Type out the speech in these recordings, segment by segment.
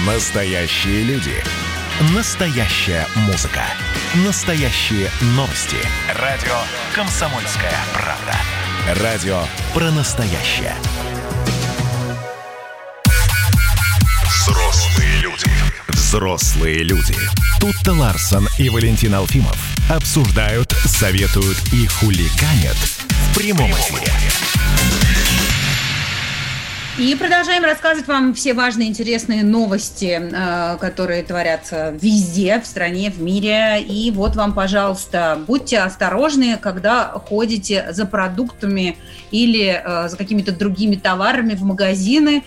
Настоящие люди. Настоящая музыка. Настоящие новости. Радио «Комсомольская правда». Радио про настоящее. Взрослые люди. Взрослые люди. Тутта Ларсон и Валентин Алфимов обсуждают, советуют и хулиганят в прямом эфире. И продолжаем рассказывать вам все важные, интересные новости, которые творятся везде, в стране, в мире. И вот вам, пожалуйста, будьте осторожны, когда ходите за продуктами или за какими-то другими товарами в магазины.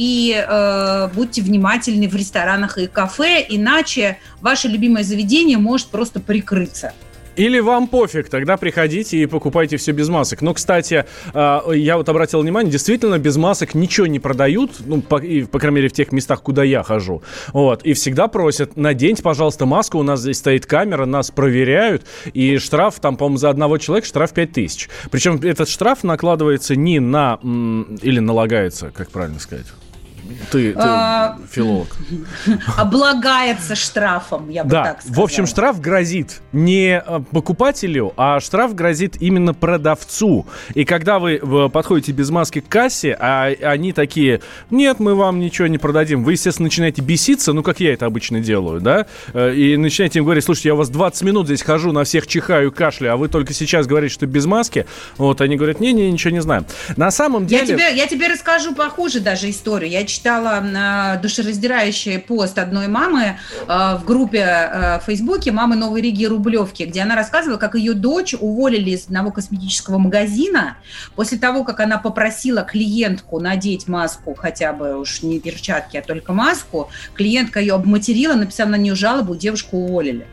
И будьте внимательны в ресторанах и кафе, иначе ваше любимое заведение может просто прикрыться. Или вам пофиг, тогда приходите и покупайте все без масок. Но, кстати, я вот обратил внимание, действительно без масок ничего не продают, ну, по крайней мере, в тех местах, куда я хожу. Вот. И всегда просят: наденьте, пожалуйста, маску, у нас здесь стоит камера, нас проверяют, и штраф, там, по-моему, за одного человека штраф 5000. Причем этот штраф накладывается не на... или налагается, как правильно сказать? Ты филолог. Облагается штрафом, я бы так сказала. В общем, штраф грозит не покупателю, а штраф грозит именно продавцу. И когда вы подходите без маски к кассе, а они такие: нет, мы вам ничего не продадим, вы, естественно, начинаете беситься, ну, как я это обычно делаю, да, и начинаете им говорить: слушайте, я у вас 20 минут здесь хожу, на всех чихаю, кашляю, а вы только сейчас говорите, что без маски. Вот, они говорят: не, ничего не знаем. На самом деле... Я тебе расскажу похуже даже историю. Я читала душераздирающий пост одной мамы в группе в Фейсбуке «Мамы Новой Риги и Рублевки», где она рассказывала, как ее дочь уволили из одного косметического магазина после того, как она попросила клиентку надеть маску, хотя бы уж не перчатки, а только маску. Клиентка ее обматерила, написала на нее жалобу, девушку уволили.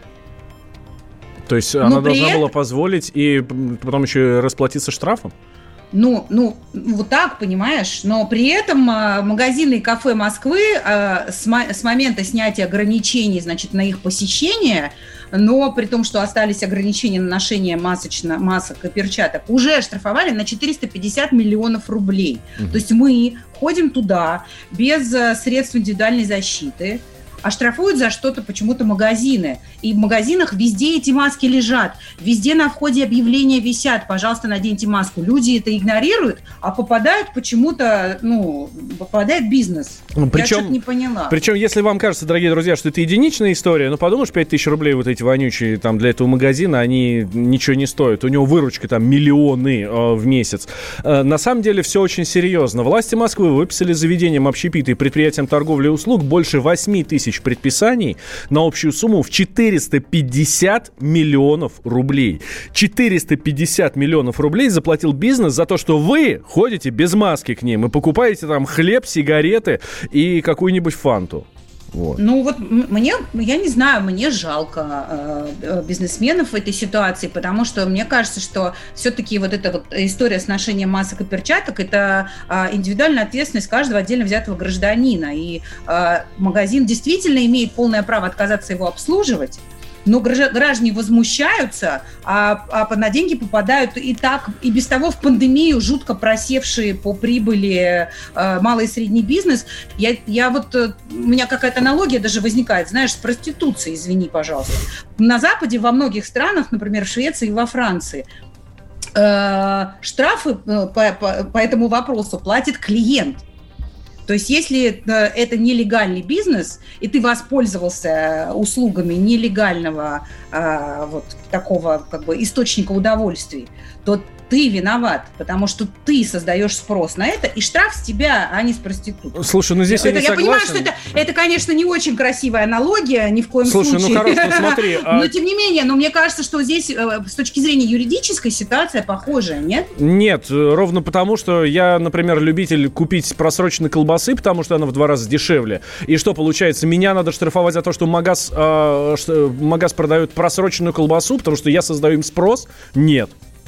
То есть она должна была позволить и потом еще и расплатиться штрафом? Ну, вот так, понимаешь, но при этом магазины и кафе Москвы с момента снятия ограничений, значит, на их посещение, но при том, что остались ограничения на ношение масок и перчаток, уже оштрафовали на 450 миллионов рублей. То есть мы ходим туда без средств индивидуальной защиты, а штрафуют за что-то почему-то магазины. И в магазинах везде эти маски лежат. Везде на входе объявления висят: пожалуйста, наденьте маску. Люди это игнорируют, а попадают почему-то, попадает бизнес. Я что-то не поняла. Причем, если вам кажется, дорогие друзья, что это единичная история, ну, подумаешь, 5000 рублей вот эти вонючие там для этого магазина, они ничего не стоят. У него выручка там миллионы в месяц. На самом деле все очень серьезно. Власти Москвы выписали заведениям общепита и предприятиям торговли и услуг больше 8000 предписаний на общую сумму в 450 миллионов рублей. 450 миллионов рублей заплатил бизнес за то, что вы ходите без маски к ним и покупаете там хлеб, сигареты и какую-нибудь фанту. Вот. Ну вот я не знаю, мне жалко бизнесменов в этой ситуации, потому что мне кажется, что все-таки вот эта вот история с ношением масок и перчаток – это индивидуальная ответственность каждого отдельно взятого гражданина. И магазин действительно имеет полное право отказаться его обслуживать. Но граждане возмущаются, а на деньги попадают и так, и без того в пандемию жутко просевшие по прибыли малый и средний бизнес. У меня какая-то аналогия даже возникает, знаешь, с проституцией, извини, пожалуйста. На Западе, во многих странах, например, в Швеции и во Франции, штрафы по этому вопросу платит клиент. То есть если это нелегальный бизнес, и ты воспользовался услугами нелегального такого как бы источника удовольствий, то ты виноват, потому что ты создаешь спрос на это, и штраф с тебя, а не с проститутки. Слушай, здесь я не согласен. Я понимаю, что это, конечно, не очень красивая аналогия, ни в коем случае. Слушай, хорошо, смотри. Но тем не менее, мне кажется, что здесь с точки зрения юридической ситуация похожая, нет? Нет, ровно потому, что я, например, любитель купить просроченной колбасы, потому что она в 2 раза дешевле. И что получается? Меня надо штрафовать за то, что магаз продает просроченную колбасу, потому что я создаю им спрос? Нет.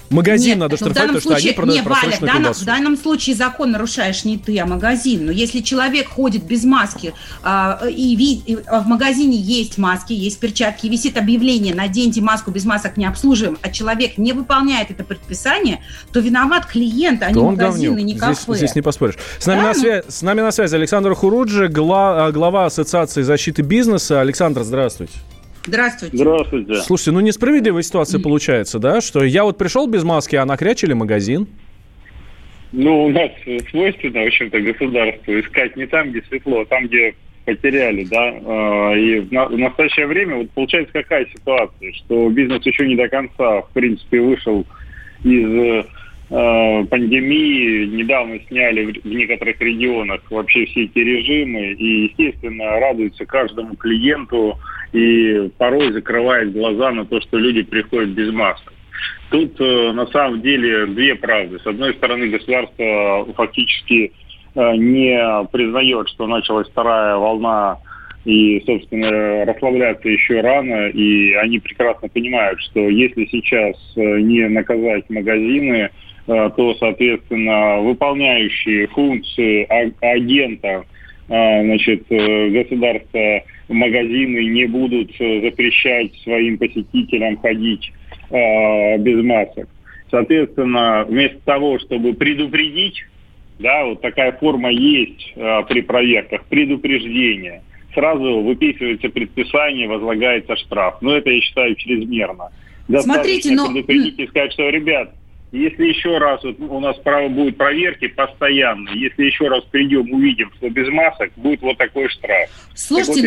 Магазин надо штрафовать, потому что они продают просроченную колбасу. В данном случае закон нарушаешь не ты, а магазин. Но если человек ходит без маски, и в магазине есть маски, есть перчатки, висит объявление «наденьте маску, без масок не обслуживаем», а человек не выполняет это предписание, то виноват клиент, а не магазин и не кафе. Здесь не поспоришь. С нами на связи Александр Хуруджи, глава Ассоциации защиты бизнеса. Александр, здравствуйте. Здравствуйте. Слушайте, несправедливая ситуация получается, да? Что я вот пришел без маски, а накрячили магазин. У нас свойственно, в общем-то, государству искать не там, где светло, а там, где потеряли, да. И в настоящее время вот получается какая ситуация, что бизнес еще не до конца, в принципе, вышел из пандемии, недавно сняли в некоторых регионах вообще все эти режимы и, естественно, радуется каждому клиенту и порой закрывает глаза на то, что люди приходят без масок. Тут на самом деле две правды. С одной стороны, государство фактически не признает, что началась вторая волна, и, собственно, расслабляться еще рано, и они прекрасно понимают, что если сейчас не наказать магазины, то, соответственно, выполняющие функции агента, государства, магазины не будут запрещать своим посетителям ходить без масок. Соответственно, вместо того, чтобы предупредить, да, вот такая форма есть при проверках, предупреждение, сразу выписывается предписание, возлагается штраф. Это, я считаю, чрезмерно. Достаточно предупредить и сказать, что, ребят, если еще раз у нас будут проверки постоянно, если еще раз придем, увидим, что без масок, будет вот такой штраф. Слушайте,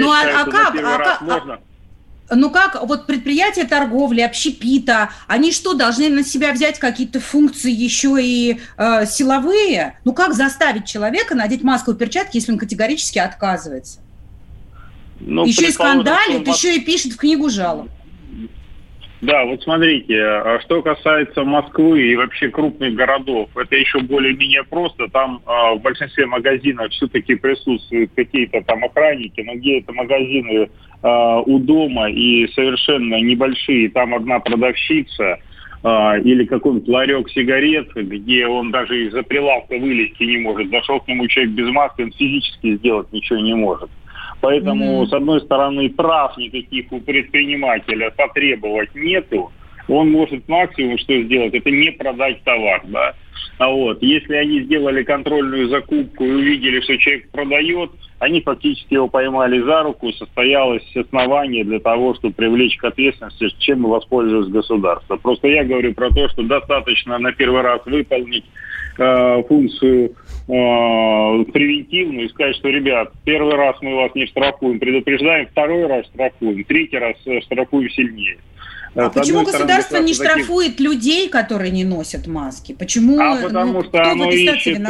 как вот предприятия торговли, общепита, они что, должны на себя взять какие-то функции еще и силовые? Как заставить человека надеть маску и перчатки, если он категорически отказывается? Еще и скандалит, еще и пишет в книгу жалоб. Да, вот смотрите, что касается Москвы и вообще крупных городов, это еще более-менее просто. Там в большинстве магазинов все-таки присутствуют какие-то там охранники, но где это магазины у дома и совершенно небольшие, там одна продавщица или какой-нибудь ларек сигарет, где он даже из-за прилавка вылезти не может. Зашел к нему человек без маски, он физически сделать ничего не может. Поэтому, с одной стороны, прав никаких у предпринимателя потребовать нету. Он может максимум, что сделать, это не продать товар, да. Если они сделали контрольную закупку и увидели, что человек продает, они фактически его поймали за руку, состоялось основание для того, чтобы привлечь к ответственности, чем и воспользовалось государство. Просто я говорю про то, что достаточно на первый раз выполнить функцию превентивную и сказать, что, ребят, первый раз мы вас не штрафуем, предупреждаем, второй раз штрафуем, третий раз штрафуем сильнее. Почему государство не штрафует людей, которые не носят маски? Почему? Потому что оно ищет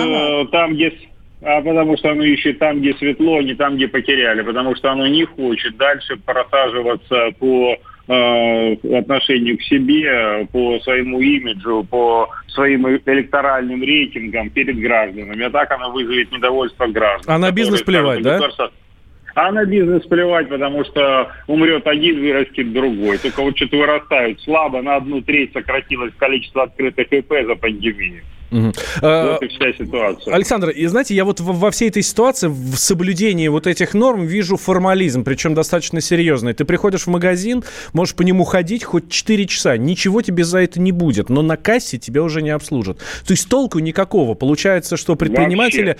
там, где светло, а не там, где потеряли. Потому что оно не хочет дальше просаживаться по отношению к себе, по своему имиджу, по своим электоральным рейтингам перед гражданами. А так оно вызовет недовольство граждан. А на бизнес плевать, да? А на бизнес плевать, потому что умрет один, вырастет другой. Только вот что-то вырастают слабо, на 1/3 сократилось количество открытых ИП за пандемию. Вот и вся ситуация. Александр, и знаете, я вот во всей этой ситуации, в соблюдении вот этих норм вижу формализм, причем достаточно серьезный. Ты приходишь в магазин, можешь по нему ходить хоть 4 часа, ничего тебе за это не будет, но на кассе тебя уже не обслужат. То есть толку никакого. Получается, что предприниматели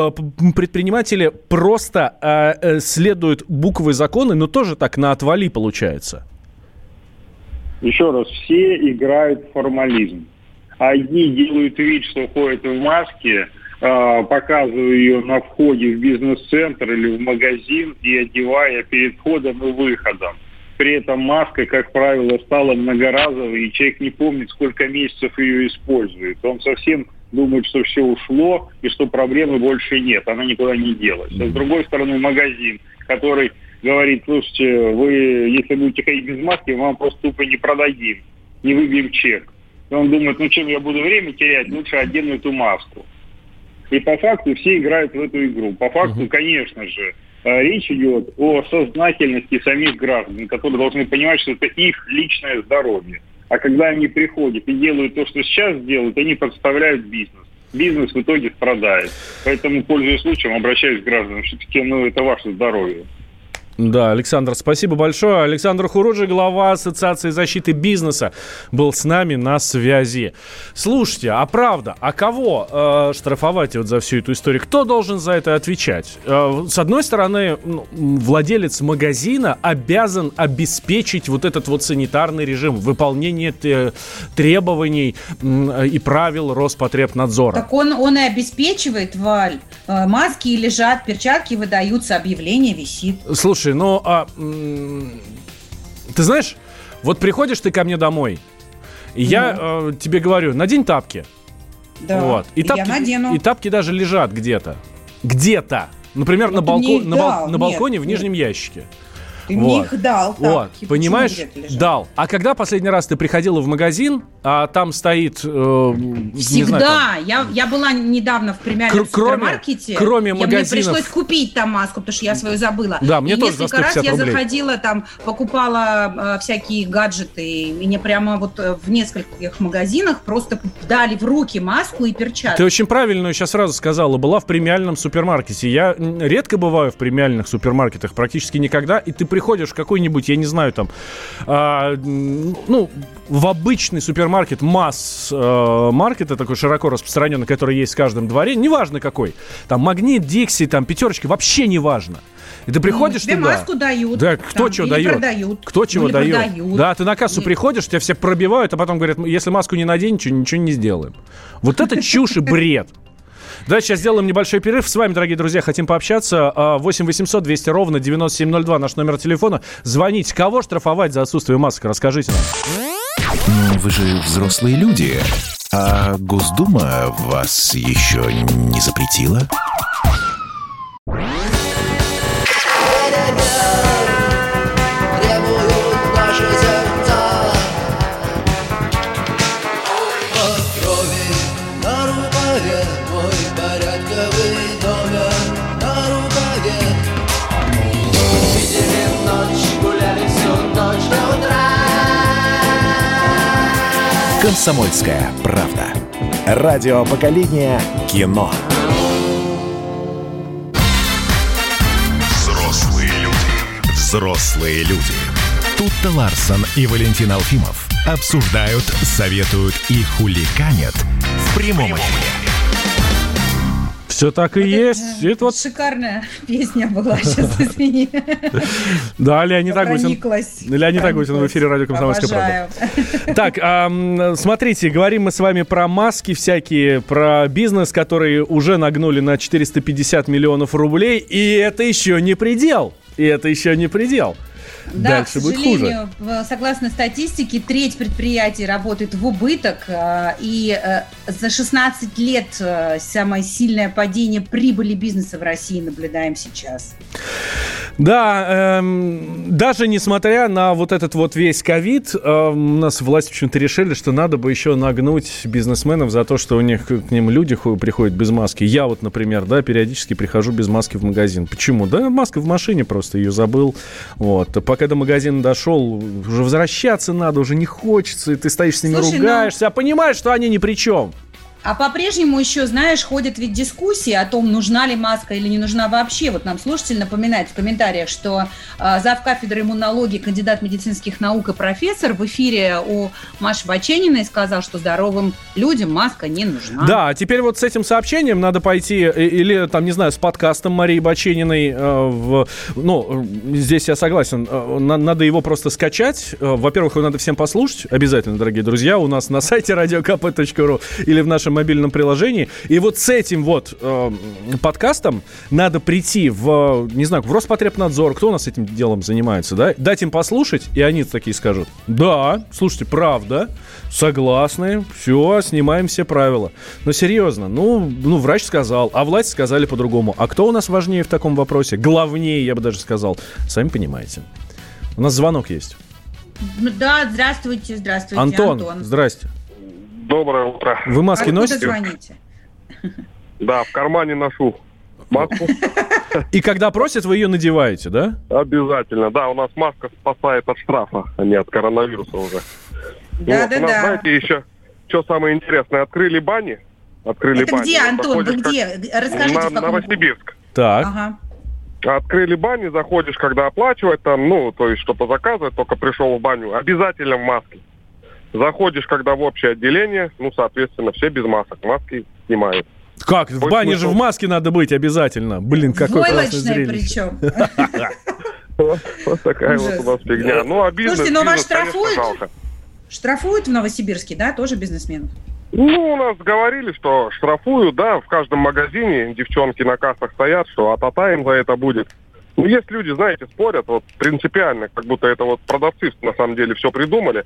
просто следуют буквы закона, но тоже так на отвали получается. Еще раз, все играют в формализм. Одни делают вид, что ходят в маске, показывая ее на входе в бизнес-центр или в магазин и одевая перед входом и выходом. При этом маска, как правило, стала многоразовой, и человек не помнит, сколько месяцев ее использует. Он совсем думает, что все ушло и что проблемы больше нет, она никуда не делась. А с другой стороны, магазин, который говорит: слушайте, вы, если будете ходить без маски, мы вам просто тупо не продадим, не выбьем чек. И он думает, чем я буду время терять, лучше одену эту маску. И по факту все играют в эту игру. По факту, конечно же, речь идет о сознательности самих граждан, которые должны понимать, что это их личное здоровье. А когда они приходят и делают то, что сейчас делают, они подставляют бизнес. Бизнес в итоге страдает. Поэтому, пользуясь случаем, обращаюсь к гражданам. Все-таки, это ваше здоровье. Да, Александр, спасибо большое. Александр Хуруджи, глава Ассоциации защиты бизнеса, был с нами на связи. Слушайте, а правда, а кого штрафовать вот за всю эту историю? Кто должен за это отвечать? С одной стороны, владелец магазина обязан обеспечить вот этот вот санитарный режим, выполнение требований и правил Роспотребнадзора. Так он и обеспечивает, Валь. Маски лежат, перчатки выдаются, объявление висит. Слушай, ты знаешь, вот приходишь ты ко мне домой, и я тебе говорю, надень тапки. Да, вот. И тапки, я надену. И тапки даже лежат где-то. Где-то. Например, на балконе в нижнем ящике. Ты мне их дал. Вот, понимаешь, дал. А когда последний раз ты приходила в магазин, а там стоит... Всегда. Я была недавно в премиальном супермаркете. Кроме магазинов. Мне пришлось купить там маску, потому что я свою забыла. Да, мне тоже за 150 рублей. Несколько раз я рублей. заходила, там, покупала всякие гаджеты, и мне прямо вот в нескольких магазинах просто дали в руки маску и перчатки. Ты очень правильно сейчас сразу сказала. Была в премиальном супермаркете. Я редко бываю в премиальных супермаркетах, практически никогда, и ты приходишь в какой-нибудь, я не знаю, там, в обычный супермаркет, масс-маркет, такой широко распространенный, который есть в каждом дворе, неважно какой, там, Магнит, Дикси, там, Пятерочки, вообще неважно. И ты приходишь тебе туда... маску дают. Да, кто что дает? Продают. Кто чего дает? Да, ты на кассу приходишь, тебя все пробивают, а потом говорят, если маску не наденешь, ничего не сделаем. Вот это чушь и бред. Давайте сейчас сделаем небольшой перерыв. С вами, дорогие друзья, хотим пообщаться. 8 800 200 ровно 9702 наш номер телефона. Звоните. Кого штрафовать за отсутствие масок? Расскажите нам. Ну, вы же взрослые люди. А Госдума вас еще не запретила? «Комсомольская правда». Радио поколения кино. Взрослые люди. Тут-то Ларсон и Валентин Алфимов обсуждают, советуют и хулиганят в прямом эфире. Все так и есть. Это вот шикарная песня была сейчас, извини. Да, Леонид Агутин в эфире радио «Комсомольская правда». Так, смотрите, говорим мы с вами про маски всякие, про бизнес, который уже нагнули на 450 миллионов рублей, и это еще не предел. Да, дальше к будет сожалению, хуже. Согласно статистике, треть предприятий работает в убыток, и за 16 лет самое сильное падение прибыли бизнеса в России наблюдаем сейчас. Да, даже несмотря на вот этот вот весь ковид, у нас власти почему-то решили, что надо бы еще нагнуть бизнесменов за то, что у них к ним люди приходят без маски. Я вот, например, да, периодически прихожу без маски в магазин. Почему? Да, маска в машине, просто ее забыл. Вот. Пока до магазина дошел, уже возвращаться надо, уже не хочется, и ты стоишь с ними, ругаешься, а понимаешь, что они ни при чем. А по-прежнему еще, знаешь, ходят ведь дискуссии о том, нужна ли маска или не нужна вообще. Вот нам слушатель напоминает в комментариях, что завкафедры иммунологии, кандидат медицинских наук и профессор в эфире у Маши Бачениной сказал, что здоровым людям маска не нужна. Да, а теперь вот с этим сообщением надо пойти, или там, не знаю, с подкастом Марии Бачениной, здесь я согласен, надо его просто скачать. Во-первых, его надо всем послушать, обязательно, дорогие друзья, у нас на сайте radiokp.ru или в нашем мобильном приложении. И вот с этим вот подкастом надо прийти в Роспотребнадзор, кто у нас этим делом занимается, да? Дать им послушать, и они такие скажут: да, слушайте, правда, согласны, все, снимаем все правила. Но серьезно, врач сказал, а власти сказали по-другому. А кто у нас важнее в таком вопросе? Главнее, я бы даже сказал. Сами понимаете. У нас звонок есть. Да, здравствуйте. Антон. Здрасте. Доброе утро. Вы маски носите? Звоните? Да, в кармане ношу маску. И когда просят, вы ее надеваете, да? Обязательно, да. У нас маска спасает от штрафа, а не от коронавируса уже. Да. Знаете, еще, что самое интересное, открыли бани. Это где, Антон, вы где? Расскажите, в каком Новосибирск. Так. Ага. Открыли бани, заходишь, когда оплачивать, там, то есть что-то заказывать, только пришел в баню, обязательно в маске. Заходишь, когда в общее отделение, соответственно, все без масок, маски снимают. Как? В бане же в маске надо быть обязательно. Блин, какой классный зрелище. причем. Вот такая вот у нас фигня. Бизнес, слушайте, но вас конечно, жалко. Штрафуют в Новосибирске, да, тоже бизнесменов? У нас говорили, что штрафуют, да, в каждом магазине девчонки на кассах стоят, что а-та-та им за это будет. Есть люди, знаете, спорят вот принципиально, как будто это вот продавцы на самом деле все придумали.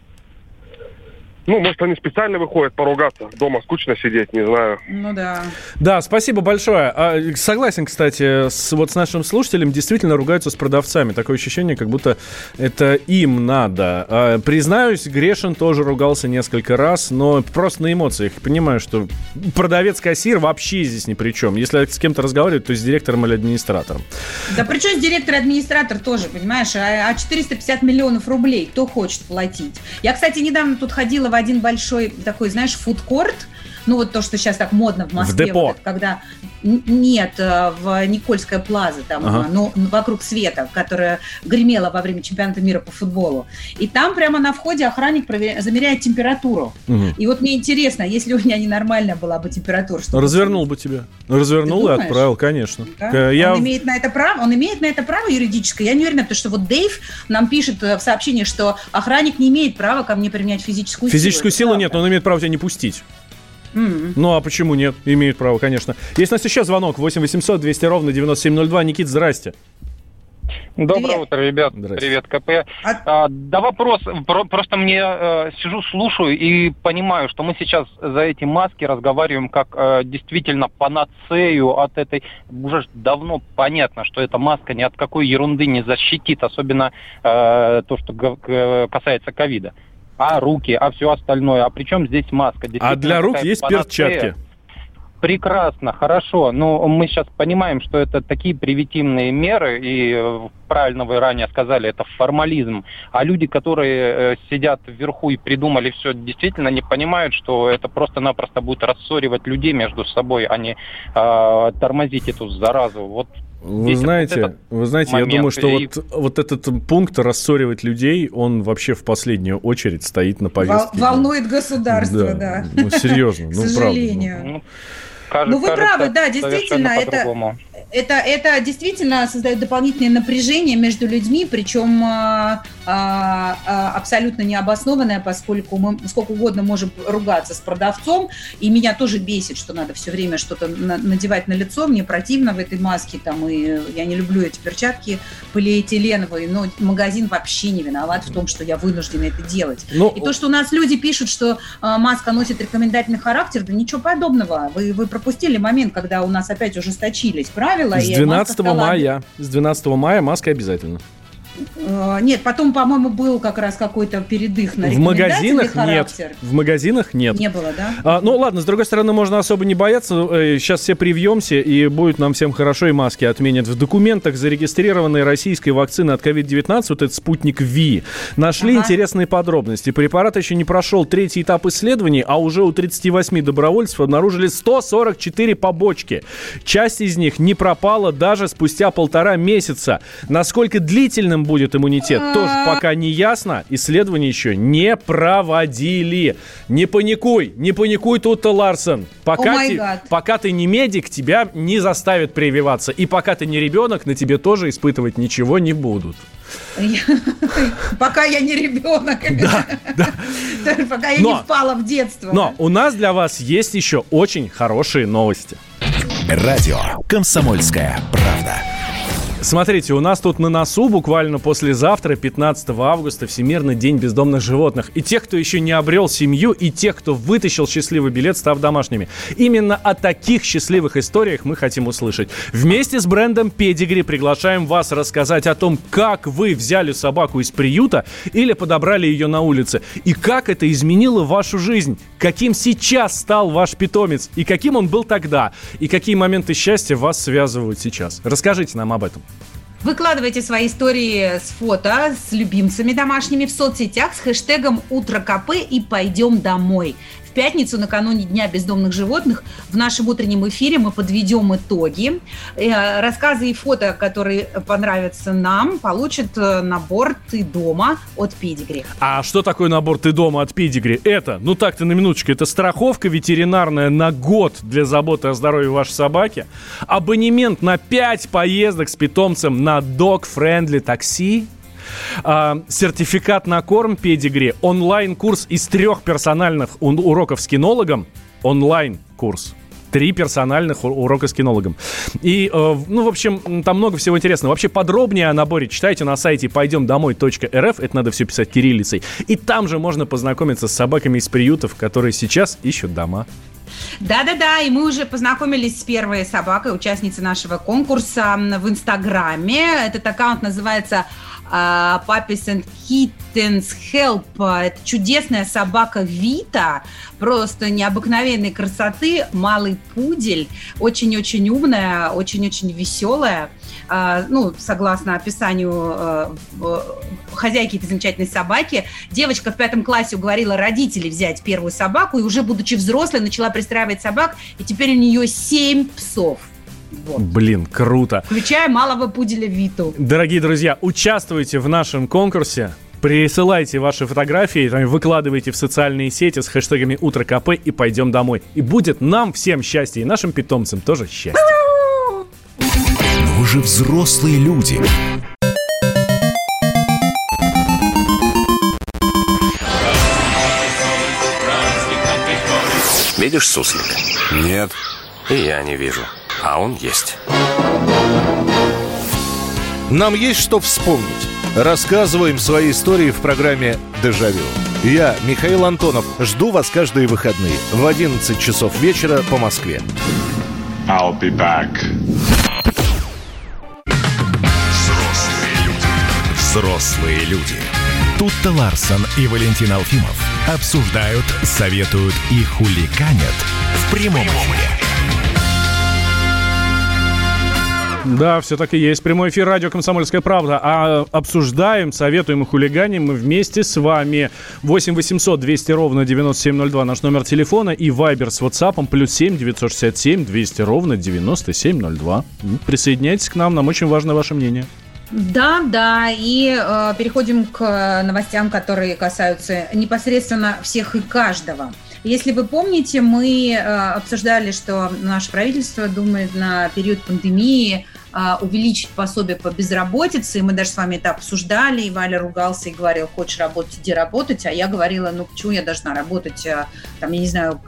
Может, они специально выходят поругаться. Дома скучно сидеть, не знаю. Да. Да, спасибо большое. Согласен, кстати, с нашим слушателем. Действительно ругаются с продавцами. Такое ощущение, как будто это им надо. Признаюсь, грешен тоже ругался несколько раз, но просто на эмоциях. Понимаю, что продавец-кассир вообще здесь ни при чем. Если с кем-то разговаривать, то с директором или администратором. Да при чем директор и администратор тоже, понимаешь? 450 миллионов рублей кто хочет платить? Я, кстати, недавно тут ходила в один большой такой, знаешь, фудкорт, то, что сейчас так модно в Москве. В депо? Вот, когда... Нет, в Никольская плаза, там, вокруг света, которая гремела во время чемпионата мира по футболу. И там прямо на входе охранник замеряет температуру. И вот мне интересно, если у меня ненормальная была бы температура, что... Развернул бы тебя. Развернул и отправил, конечно. Да? Он имеет на это право юридическое. Я не уверена, потому что вот Дэйв нам пишет в сообщении, что охранник не имеет права ко мне применять физическую силу. Физическую силу нет, но он имеет право тебя не пустить. А почему нет? Имеет право, конечно. Есть у нас еще звонок. 8 800 200 ровно 9702. Никит, здрасте. Доброе утро, ребят. Привет, КП. Да вопрос. Просто мне сижу, слушаю и понимаю, что мы сейчас за эти маски разговариваем как действительно панацею от этой... Уже давно понятно, что эта маска ни от какой ерунды не защитит, особенно то, что касается ковида. А руки, а все остальное. А при чем здесь маска? А для рук есть перчатки. Прекрасно, хорошо. Но мы сейчас понимаем, что это такие превентивные меры, и правильно вы ранее сказали, это формализм. А люди, которые сидят вверху и придумали все, действительно не понимают, что это просто-напросто будет рассоривать людей между собой, а не тормозить эту заразу. Вы знаете, я думаю, что вот этот пункт рассоривать людей, он вообще в последнюю очередь стоит на повестке. Волнует государство, да. Серьезно, к сожалению. Вы правы, да, действительно, это действительно создает дополнительное напряжение между людьми, причем абсолютно необоснованное, поскольку мы сколько угодно можем ругаться с продавцом, и меня тоже бесит, что надо все время что-то надевать на лицо, мне противно в этой маске, и я не люблю эти перчатки полиэтиленовые, но магазин вообще не виноват в том, что я вынуждена это делать. И то, что у нас люди пишут, что маска носит рекомендательный характер, да ничего подобного. Вы пропустили момент, когда у нас опять ужесточились правила. С 12 мая маска обязательно. Нет, потом, по-моему, был как раз какой-то передых на рекомендательный характер. В магазинах нет. Не было, да? Ладно, с другой стороны, можно особо не бояться. Сейчас все привьемся, и будет нам всем хорошо, и маски отменят. В документах зарегистрированной российской вакцины от COVID-19, вот этот спутник ВИ, нашли интересные подробности. Препарат еще не прошел третий этап исследований, а уже у 38 добровольцев обнаружили 144 побочки. Часть из них не пропала даже спустя 1,5 месяца. Насколько длительным будет иммунитет, тоже пока не ясно. Исследования еще не проводили. Не паникуй тут, Ларсон. Пока ты не медик, тебя не заставят прививаться. И пока ты не ребенок, на тебе тоже испытывать ничего не будут. Пока я не ребенок. Пока я не впала в детство. Но у нас для вас есть еще очень хорошие новости. Радио «Комсомольская правда». Смотрите, у нас тут на носу буквально послезавтра, 15 августа, Всемирный день бездомных животных. И тех, кто еще не обрел семью, и тех, кто вытащил счастливый билет, став домашними. Именно о таких счастливых историях мы хотим услышать. Вместе с брендом Pedigree приглашаем вас рассказать о том, как вы взяли собаку из приюта или подобрали ее на улице. И как это изменило вашу жизнь. Каким сейчас стал ваш питомец. И каким он был тогда. И какие моменты счастья вас связывают сейчас. Расскажите нам об этом. Выкладывайте свои истории с фото, с любимцами домашними в соцсетях с хэштегом «Утро КП» и «Пойдем домой». В пятницу, накануне Дня бездомных животных, в нашем утреннем эфире мы подведем итоги. Рассказы и фото, которые понравятся нам, получат набор «Ты дома» от Педигри. А что такое набор «Ты дома» от Педигри? Это, ну так-то на минуточку, это страховка ветеринарная на год для заботы о здоровье вашей собаки, абонемент на 5 поездок с питомцем на dog-friendly такси, сертификат на корм Педигри, онлайн-курс из 3 персональных уроков с кинологом, онлайн-курс. 3 персональных урока с кинологом. И, ну, в общем, там много всего интересного. Вообще подробнее о наборе читайте на сайте пойдемдомой.рф. Это надо все писать кириллицей. И там же можно познакомиться с собаками из приютов, которые сейчас ищут дома. Да-да-да, и мы уже познакомились с первой собакой, участницей нашего конкурса в Инстаграме. Этот аккаунт называется Puppies and Kittens Help. Это чудесная собака Вита, просто необыкновенной красоты, малый пудель, очень-очень умная, очень-очень веселая. Ну, согласно описанию хозяйки этой замечательной собаки, девочка в 5 классе уговорила родителей взять первую собаку, и уже будучи взрослой, начала пристраивать собак, и теперь у нее 7 псов. Вот. Блин, круто. Включая малого пуделя Виту. Дорогие друзья, участвуйте в нашем конкурсе. Присылайте ваши фотографии, выкладывайте в социальные сети с хэштегами «Утро КП» и «Пойдем домой». И будет нам всем счастье, и нашим питомцам тоже счастье. Вы же взрослые люди. Видишь суслика? Нет. И я не вижу. А он есть. Нам есть что вспомнить. Рассказываем свои истории в программе «Дежавю». Я, Михаил Антонов, жду вас каждые выходные в 11 часов вечера по Москве. I'll be back. Взрослые люди. Тут-то Ларсон и Валентин Алфимов обсуждают, советуют и хулиганят в прямом эфире. Да, все так и есть. Прямой эфир радио «Комсомольская правда». А обсуждаем, советуем и хулиганим мы вместе с вами. 8 800 200 ровно 9702 наш номер телефона и вайбер с WhatsApp +7 967 200 ровно 9702. Присоединяйтесь к нам очень важно ваше мнение. Да, и переходим к новостям, которые касаются непосредственно всех и каждого. Если вы помните, мы обсуждали, что наше правительство думает на период пандемии увеличить пособие по безработице, и мы даже с вами это обсуждали, и Валя ругался и говорил: хочешь работать, иди работать, а я говорила: ну почему я должна работать, там, я не знаю,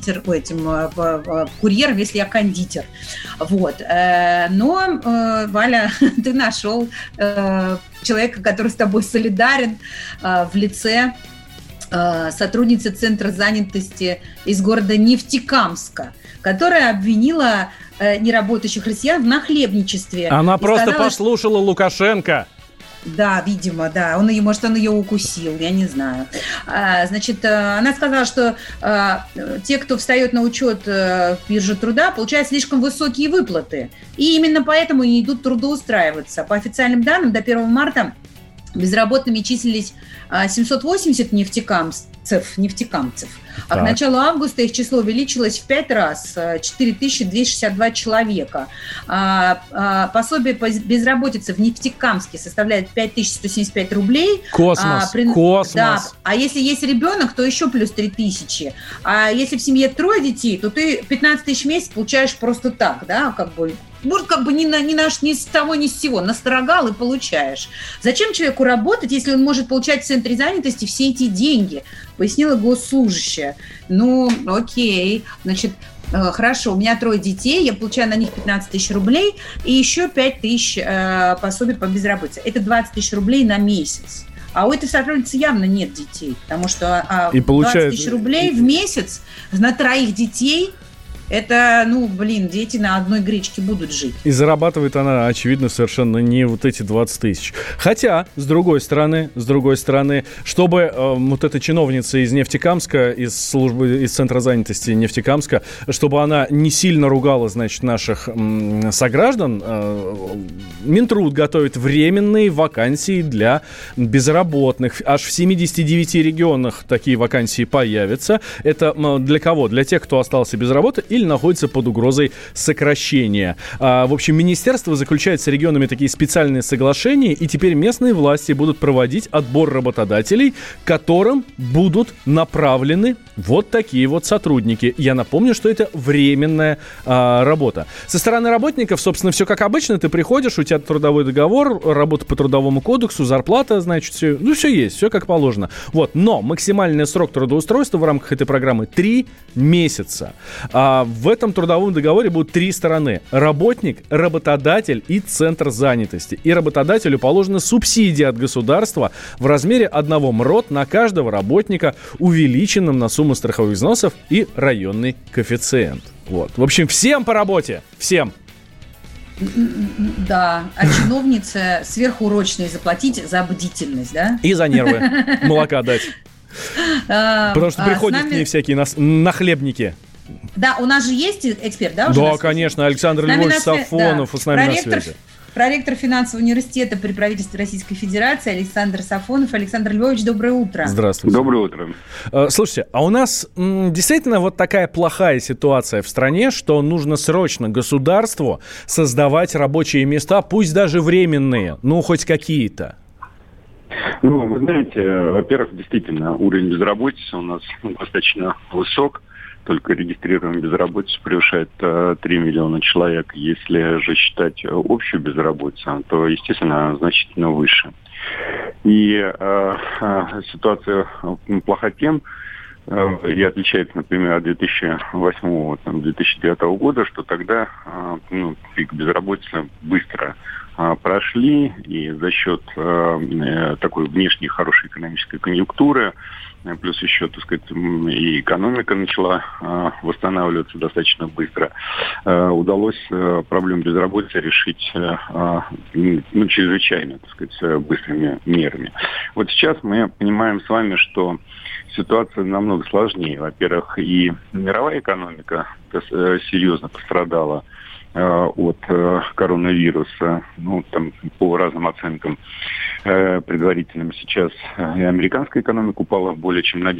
курьером, если я кондитер. Вот. Но, Валя, ты нашел человека, который с тобой солидарен в лице сотрудницы Центра занятости из города Нефтекамска, которая обвинила неработающих россиян в нахлебничестве. Она просто сказала, послушала Лукашенко. Да, видимо, да. Может, он ее укусил, я не знаю. Значит, она сказала, что те, кто встает на учет в бирже труда, получают слишком высокие выплаты. И именно поэтому не идут трудоустраиваться. По официальным данным, до 1 марта безработными числились 780 нефтекамцев. А к началу августа их число увеличилось в 5 раз, 4262 человека. Пособие по безработице в Нефтекамске составляет 5175 рублей. Космос. Да. А если есть ребенок, то еще плюс 3000. А если в семье 3 детей, то ты 15 тысяч в месяц получаешь просто так, да, как бы. Может, как бы ни с того, ни с сего. Настрогал и получаешь. Зачем человеку работать, если он может получать в центре занятости все эти деньги? Пояснила госслужащая. Ну, окей. Значит, хорошо, у меня 3 детей, я получаю на них 15 тысяч рублей и еще 5 тысяч пособий по безработице. Это 20 тысяч рублей на месяц. А у этой сотрудницы явно нет детей, потому что 20 тысяч рублей в месяц на 3 детей это, дети на одной гречке будут жить. И зарабатывает она, очевидно, совершенно не вот эти 20 тысяч. Хотя, с другой стороны, чтобы вот эта чиновница из Нефтекамска, из Центра занятости Нефтекамска, чтобы она не сильно ругала, значит, наших сограждан, Минтруд готовит временные вакансии для безработных. Аж в 79 регионах такие вакансии появятся. Это для кого? Для тех, кто остался без работы или находится под угрозой сокращения. В общем, министерство заключает с регионами такие специальные соглашения, и теперь местные власти будут проводить отбор работодателей, которым будут направлены вот такие вот сотрудники. Я напомню, что это временная работа. Со стороны работников, собственно, все как обычно. Ты приходишь, у тебя трудовой договор, работа по трудовому кодексу, зарплата, значит, все есть, все как положено. Вот. Но максимальный срок трудоустройства в рамках этой программы 3 месяца. В этом трудовом договоре будут 3 стороны. Работник, работодатель и центр занятости. И работодателю положена субсидия от государства в размере 1 МРОТ на каждого работника, увеличенным на сумму страховых взносов и районный коэффициент. Вот. В общем, всем по работе. Всем. Да, а чиновнице сверхурочные заплатить за бдительность, да? И за нервы. Молока дать. Потому что приходят к ней всякие нахлебники. Да, у нас же есть эксперт, да? Да, конечно, Александр Львович Сафонов с нами на связи. Проректор финансового университета при правительстве Российской Федерации Александр Сафонов. Александр Львович, доброе утро. Здравствуйте. Доброе утро. Слушайте, а у нас действительно вот такая плохая ситуация в стране, что нужно срочно государству создавать рабочие места, пусть даже временные, хоть какие-то. Вы знаете, во-первых, действительно, уровень безработицы у нас достаточно высок. Только регистрируемая безработица превышает 3 миллиона человек. Если же считать общую безработицу, то, естественно, она значительно выше. И ситуация плоха тем, и отличается, например, от 2008-2009 года, что тогда пик безработицы быстро прошли, и за счет такой внешней хорошей экономической конъюнктуры, плюс еще, так сказать, и экономика начала восстанавливаться достаточно быстро, удалось проблему безработицы решить чрезвычайно, так сказать, быстрыми мерами. Вот сейчас мы понимаем с вами, что ситуация намного сложнее. Во-первых, и мировая экономика серьезно пострадала от коронавируса. По разным оценкам предварительным сейчас и американская экономика упала более чем на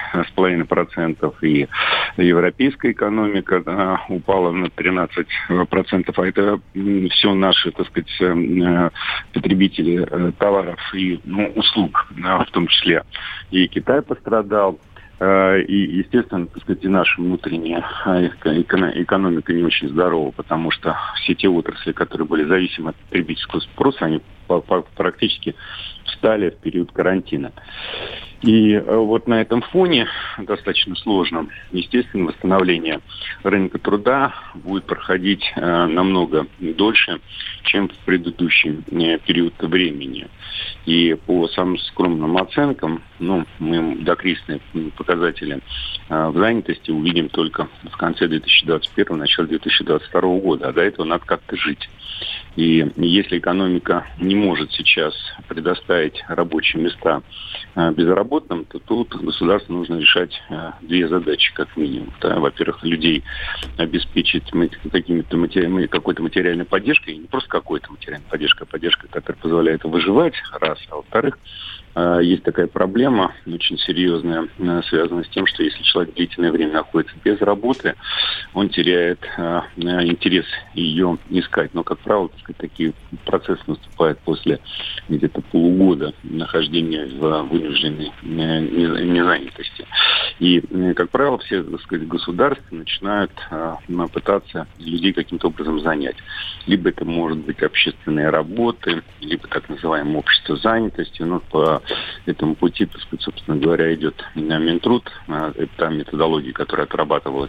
10,5%, и европейская экономика упала на 13%. А это все наши, так сказать, потребители товаров и услуг, в том числе. И Китай пострадал. И, естественно, так сказать, и наша внутренняя экономика не очень здорова, потому что все те отрасли, которые были зависимы от потребительского спроса, они практически встали в период карантина. И вот на этом фоне достаточно сложно. Естественно, восстановление рынка труда будет проходить намного дольше, чем в предыдущий период времени. И по самым скромным оценкам, мы докризисные показатели в занятости увидим только в конце 2021, начале 2022 года. А до этого надо как-то жить. И если экономика не может сейчас предоставить рабочие места безработным, то тут государству нужно решать 2 задачи, как минимум. Да? Во-первых, людей обеспечить какой-то материальной поддержкой, и не просто какой-то материальной поддержкой, а поддержкой, которая позволяет выживать, раз. А во-вторых, есть такая проблема, очень серьезная, связанная с тем, что если человек длительное время находится без работы, он теряет интерес ее искать. Но, как правило, так сказать, такие процессы наступают после где-то полугода нахождения в вынужденной незанятости. И, как правило, все, так сказать, государства начинают пытаться людей каким-то образом занять. Либо это может быть общественные работы, либо так называемое общество занятости. По этому пути, так сказать, собственно говоря, идет Минтруд. Это та методология, которая отрабатывалась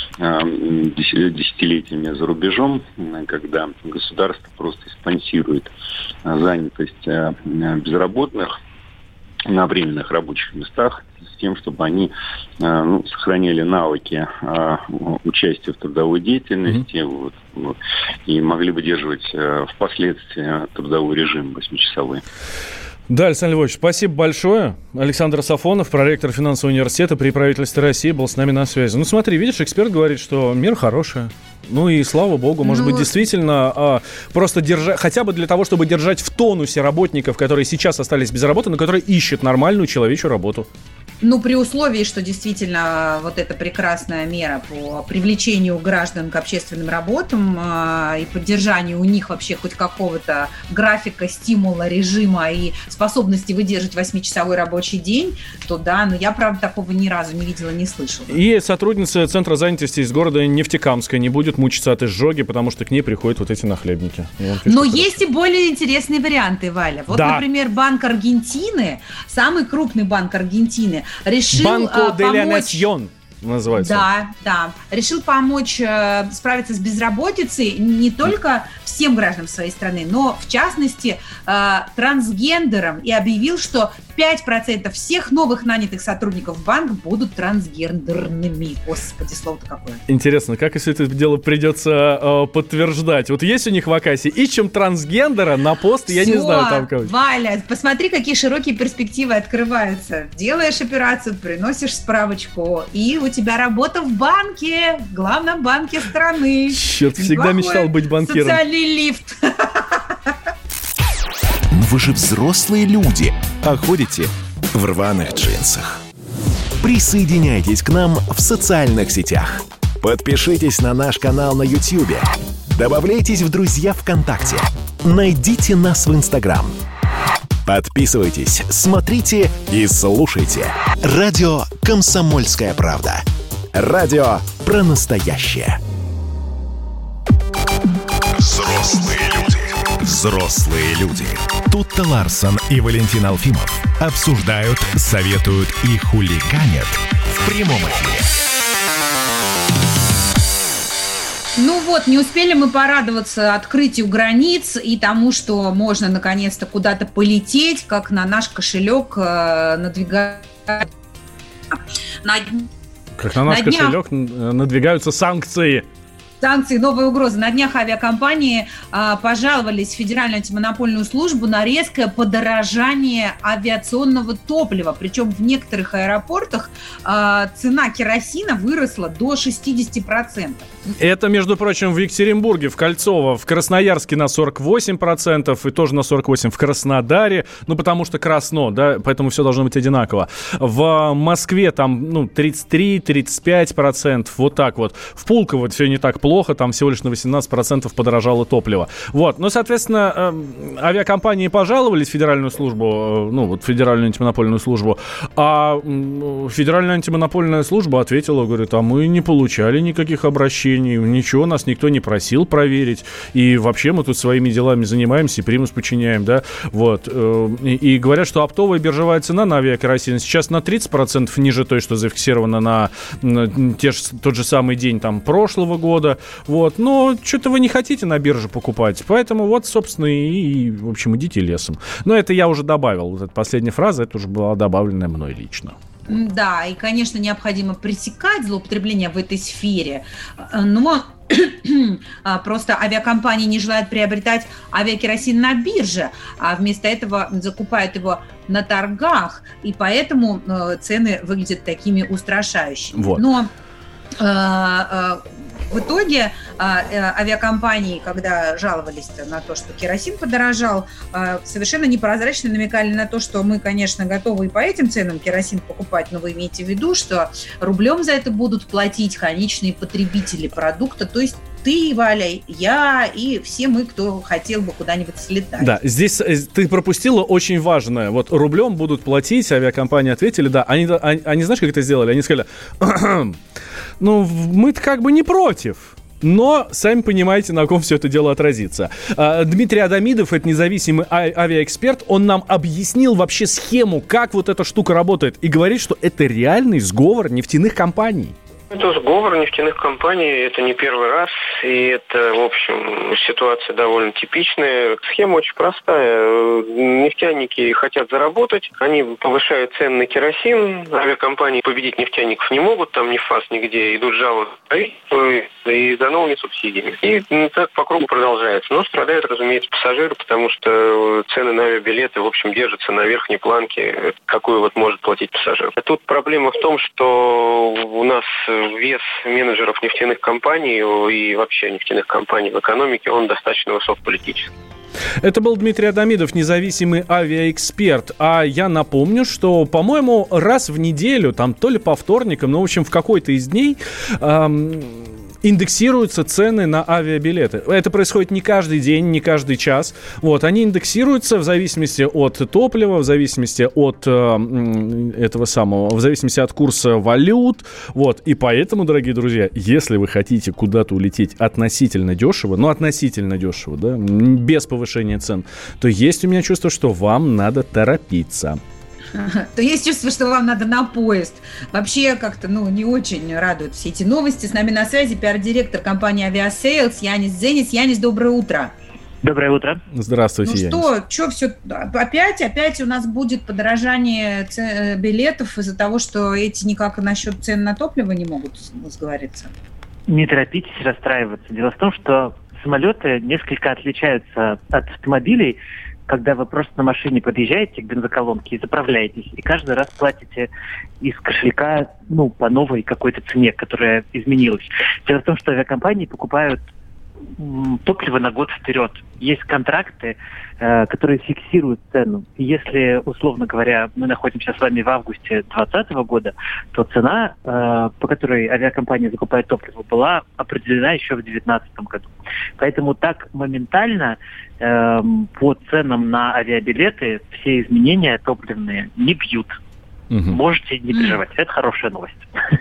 десятилетиями за рубежом, когда государство просто спонсирует занятость безработных на временных рабочих местах с тем, чтобы они сохраняли навыки участия в трудовой деятельности и могли выдерживать впоследствии трудовой режим 8-часовой. Да, Александр Львович, спасибо большое. Александр Сафонов, проректор финансового университета при правительстве России, был с нами на связи. Ну, смотри, видишь, эксперт говорит, что мера хорошая. Ну и слава богу, может быть, действительно просто держать, хотя бы для того, чтобы держать в тонусе работников, которые сейчас остались без работы, но которые ищут нормальную человечью работу. Ну, при условии, что действительно вот эта прекрасная мера по привлечению граждан к общественным работам и поддержанию у них вообще хоть какого-то графика, стимула, режима и способности выдержать 8-часовой рабочий день, то да, но я, правда, такого ни разу не видела, не слышала. И сотрудница Центра занятости из города Нефтекамска не будет мучиться от изжоги, потому что к ней приходят вот эти нахлебники. Но есть и более интересные варианты, Валя. Вот, например, Банк Аргентины, самый крупный банк Аргентины, решил Банко де ла Насьон называется. Да. Решил помочь справиться с безработицей не только всем гражданам своей страны, но, в частности, трансгендерам. И объявил, что 5% всех новых нанятых сотрудников в банк будут трансгендерными. Господи, слово-то какое. Интересно, как если это дело придется подтверждать? Вот есть у них вакансии, ищем трансгендера на пост, я не знаю там кого. Валя, посмотри, какие широкие перспективы открываются. Делаешь операцию, приносишь справочку, и у тебя работа в банке, в главном банке страны. Черт, всегда мечтал быть банкиром. Социальный лифт. Вы же взрослые люди, а ходите в рваных джинсах. Присоединяйтесь к нам в социальных сетях. Подпишитесь на наш канал на YouTube. Добавляйтесь в друзья ВКонтакте. Найдите нас в Инстаграм. Подписывайтесь, смотрите и слушайте. Радио «Комсомольская правда». Радио про настоящее. Взрослые люди. Взрослые люди. Тутта Ларсон и Валентин Алфимов обсуждают, советуют и хулиганят в прямом эфире. Ну вот, не успели мы порадоваться открытию границ и тому, что можно наконец-то куда-то полететь, как на наш кошелек надвигаются... Как на наш кошелек надвигаются санкции. Санкции, новые угрозы. На днях авиакомпании пожаловались в Федеральную антимонопольную службу на резкое подорожание авиационного топлива. Причем в некоторых аэропортах цена керосина выросла до 60%. Это, между прочим, в Екатеринбурге, в Кольцово, в Красноярске на 48%, и тоже на 48% в Краснодаре, ну, потому что красно, да, поэтому все должно быть одинаково. В Москве там, 33-35%, вот так вот. В Пулково все не так плохо, там всего лишь на 18% подорожало топливо. Вот, ну, соответственно, авиакомпании пожаловались в Федеральную службу, Федеральную антимонопольную службу, а Федеральная антимонопольная служба ответила, говорит, а мы не получали никаких обращений, ничего, нас никто не просил проверить, и вообще мы тут своими делами занимаемся и примус подчиняем, да, вот, и говорят, что оптовая биржевая цена на авиакеросин сейчас на 30% ниже той, что зафиксировано на тот же самый день там прошлого года, вот, но что-то вы не хотите на бирже покупать, поэтому вот, собственно, и в общем, идите лесом. Но это я уже добавил, вот эта последняя фраза, это уже была добавленная мной лично. Да, и, конечно, необходимо пресекать злоупотребление в этой сфере, но просто авиакомпании не желают приобретать авиакеросин на бирже, а вместо этого закупают его на торгах, и поэтому цены выглядят такими устрашающими. Вот. Но в итоге авиакомпании, когда жаловались на то, что керосин подорожал, совершенно непрозрачно намекали на то, что мы, конечно, готовы и по этим ценам керосин покупать, но вы имеете в виду, что рублем за это будут платить конечные потребители продукта, то есть ты, Валя, я и все мы, кто хотел бы куда-нибудь слетать. Да, здесь ты пропустила очень важное. Вот рублем будут платить, авиакомпании ответили, да. Они знаешь, как это сделали? Они сказали, мы-то как бы не против. Но, сами понимаете, на ком все это дело отразится. Дмитрий Адамидов, это независимый авиаэксперт, он нам объяснил вообще схему, как вот эта штука работает, и говорит, что это реальный сговор нефтяных компаний. Это сговор нефтяных компаний, это не первый раз, и это, в общем, ситуация довольно типичная. Схема очень простая. Нефтяники хотят заработать, они повышают цены на керосин, авиакомпании победить нефтяников не могут, там ни ФАС, нигде, идут жалобы и за новыми субсидиями. И так по кругу продолжается. Но страдают, разумеется, пассажиры, потому что цены на авиабилеты, в общем, держатся на верхней планке, какую вот может платить пассажир. А тут проблема в том, что у нас вес менеджеров нефтяных компаний и вообще нефтяных компаний в экономике, он достаточно высок политически. Это был Дмитрий Адамидов, независимый авиаэксперт. А я напомню, что, по-моему, раз в неделю, там то ли по вторникам, но, в общем, в какой-то из дней индексируются цены на авиабилеты. Это происходит не каждый день, не каждый час. Вот, они индексируются в зависимости от топлива, в зависимости от в зависимости от курса валют. Вот, и поэтому, дорогие друзья, если вы хотите куда-то улететь относительно дешево, да, без повышения цен, то есть у меня чувство, что вам надо торопиться. То есть чувство, что вам надо на поезд. Вообще как-то, не очень радуют все эти новости. С нами на связи пиар-директор компании Aviasales Янис Дзенис. Янис, доброе утро. Доброе утро. Здравствуйте, Янис. Что все? Опять у нас будет подорожание билетов из-за того, что эти никак насчет цен на топливо не могут сговориться? Не торопитесь расстраиваться. Дело в том, что самолеты несколько отличаются от автомобилей, когда вы просто на машине подъезжаете к бензоколонке и заправляетесь, и каждый раз платите из кошелька, по новой какой-то цене, которая изменилась. Дело в том, что авиакомпании покупают топливо на год вперед. Есть контракты, которые фиксируют цену. И если, условно говоря, мы находимся с вами в августе 2020 года, то цена, по которой авиакомпания закупает топливо, была определена еще в 2019 году. Поэтому так моментально по ценам на авиабилеты все изменения топливные не бьют. Можете не переживать. Это хорошая новость.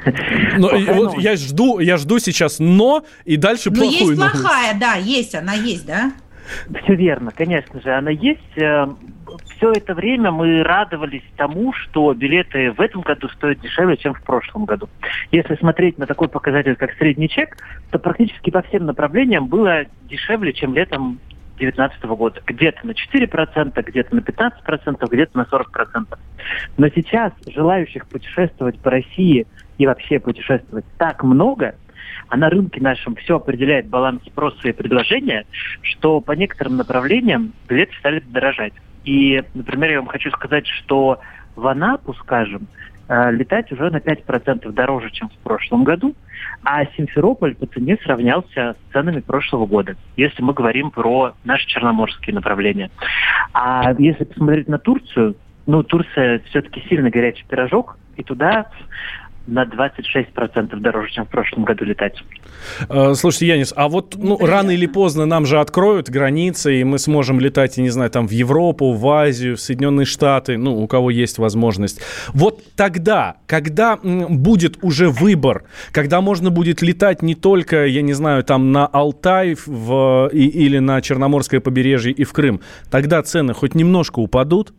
Вот я жду сейчас «но» и дальше плохую новость. Но есть плохая, да, она есть, да? Все верно, конечно же, она есть. Все это время мы радовались тому, что билеты в этом году стоят дешевле, чем в прошлом году. Если смотреть на такой показатель, как средний чек, то практически по всем направлениям было дешевле, чем летом 2019 года. Где-то на 4%, где-то на 15%, где-то на 40%. Но сейчас желающих путешествовать по России и вообще путешествовать так много, а на рынке нашем все определяет баланс спроса и предложения, что по некоторым направлениям билеты стали дорожать. И, например, я вам хочу сказать, что в Анапу, скажем, летать уже на 5% дороже, чем в прошлом году, а Симферополь по цене сравнялся с ценами прошлого года, если мы говорим про наши черноморские направления. А если посмотреть на Турцию, Турция все-таки сильно горячий пирожок, и туда на 26% дороже, чем в прошлом году летать. Слушайте, Янис, а вот рано или поздно нам же откроют границы, и мы сможем летать, я не знаю, там в Европу, в Азию, в Соединенные Штаты, у кого есть возможность. Вот тогда, когда будет уже выбор, когда можно будет летать не только, я не знаю, там на Алтай или на Черноморское побережье и в Крым, тогда цены хоть немножко упадут?